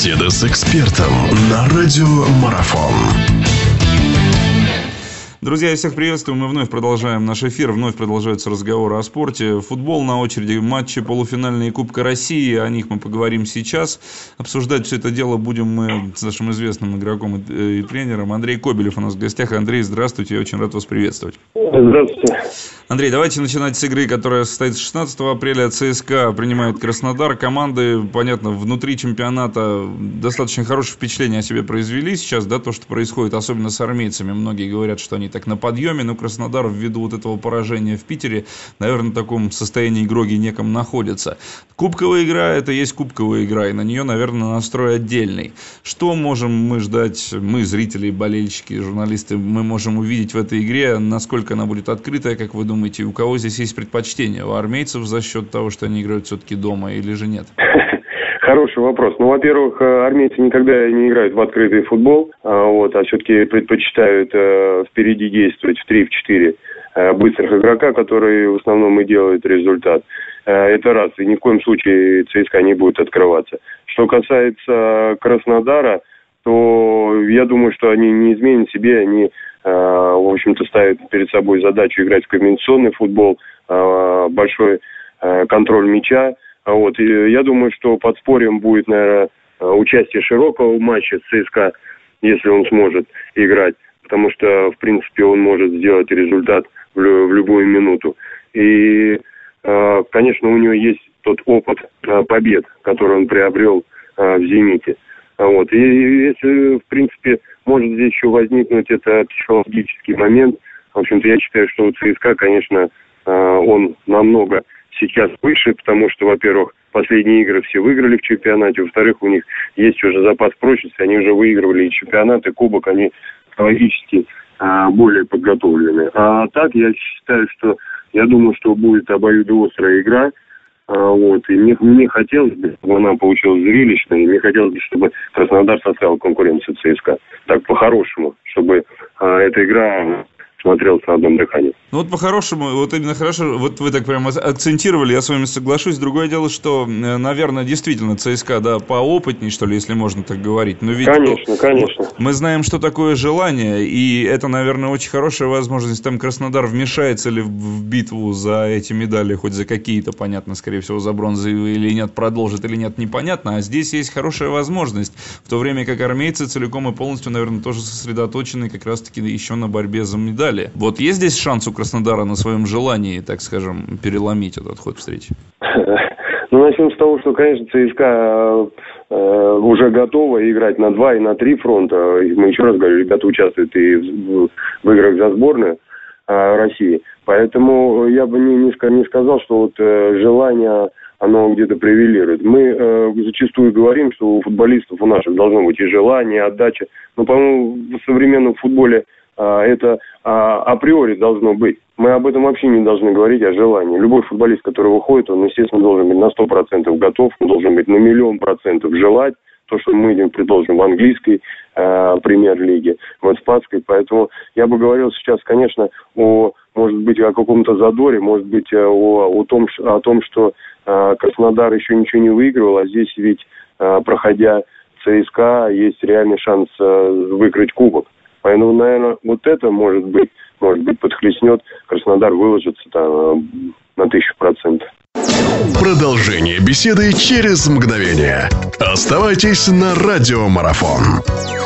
Беседа с экспертом на радио Марафон. Друзья, я всех приветствую. Мы вновь продолжаем наш эфир. Вновь продолжаются разговоры о спорте. Футбол на очереди, матчи полуфинальные Кубка России. О них мы поговорим сейчас. Обсуждать все это дело будем мы с нашим известным игроком и тренером. Андрей Кобелев у нас в гостях. Андрей, здравствуйте. Я очень рад вас приветствовать. Здравствуйте. Андрей, давайте начинать с игры, которая состоится 16 апреля. ЦСКА принимает Краснодар. Команды, понятно, внутри чемпионата достаточно хорошее впечатление о себе произвели сейчас, да, то, что происходит, особенно с армейцами. Многие говорят, что они так на подъеме, но Краснодар ввиду вот этого поражения в Питере, наверное, в таком состоянии гроги неком находится. Кубковая игра, это есть кубковая игра, и на нее, наверное, настрой отдельный. Что можем мы ждать, мы, зрители, болельщики, журналисты, мы можем увидеть в этой игре, насколько она будет открытая, как вы думаете, у кого здесь есть предпочтение? У армейцев за счет того, что они играют все-таки дома, или же нет? Хороший вопрос. Ну, во-первых, армейцы никогда не играют в открытый футбол, а все-таки предпочитают впереди действовать в 3-4 быстрых игрока, которые в основном и делают результат. Это раз. И ни в коем случае ЦСКА не будет открываться. Что касается Краснодара, то я думаю, что они не изменят себе, они, в общем-то, ставят перед собой задачу играть в комбинационный футбол, большой контроль мяча. И я думаю, что подспорьем будет, наверное, участие Широкого в матче с ЦСКА, если он сможет играть, потому что, в принципе, он может сделать результат в любую минуту. И, конечно, у него есть тот опыт побед, который он приобрел в «Зените». И если, в принципе, может здесь еще возникнуть это психологический момент, в общем-то, я считаю, что у ЦСКА, конечно, он намного сейчас выше, потому что, во-первых, последние игры все выиграли в чемпионате, во-вторых, у них есть уже запас прочности, они уже выигрывали и чемпионат, и кубок, они психологически более подготовлены. А так, я считаю, что, я думаю, что будет обоюдоострая игра, и мне хотелось бы, чтобы она получилась зрелищной, и мне хотелось бы, чтобы Краснодар составил конкуренцию ЦСКА. Так, по-хорошему, чтобы эта игра смотрелся на одном дыхании. Ну по-хорошему, именно хорошо, вы так прямо акцентировали, я с вами соглашусь. Другое дело, что, наверное, действительно ЦСКА, да, поопытней, что ли, если можно так говорить. Но ведь конечно. Мы знаем, что такое желание, и это, наверное, очень хорошая возможность. Там Краснодар вмешается ли в битву за эти медали, хоть за какие-то, понятно, скорее всего, за бронзу или нет, продолжит или нет, непонятно. А здесь есть хорошая возможность, в то время как армейцы целиком и полностью, наверное, тоже сосредоточены как раз-таки еще на борьбе за медали. Вот есть здесь шанс у Краснодара на своем желании, так скажем, переломить этот ход встречи? Начнем с того, что, конечно, ЦСКА уже готова играть на 2 и на 3 фронта. Мы еще раз говорим, ребята участвуют и в играх за сборную России. Поэтому я бы не сказал, что желание, оно где-то превалирует. Мы зачастую говорим, что у футболистов у наших должно быть и желание, и отдача. Но, по-моему, в современном футболе это априори должно быть. Мы об этом вообще не должны говорить, о желании. Любой футболист, который выходит, он, естественно, должен быть на 100% готов, он должен быть на 1000000% желать то, что мы идем, предположим, в английской премьер-лиге, в испанской. Поэтому я бы говорил сейчас, конечно, может быть, о каком-то задоре, может быть, о том, что Краснодар еще ничего не выигрывал, а здесь ведь, проходя ЦСКА, есть реальный шанс выиграть кубок. Поэтому, наверное, это может быть подхлестнет, Краснодар выложится на 1000%. Продолжение беседы через мгновение. Оставайтесь на радио Марафон.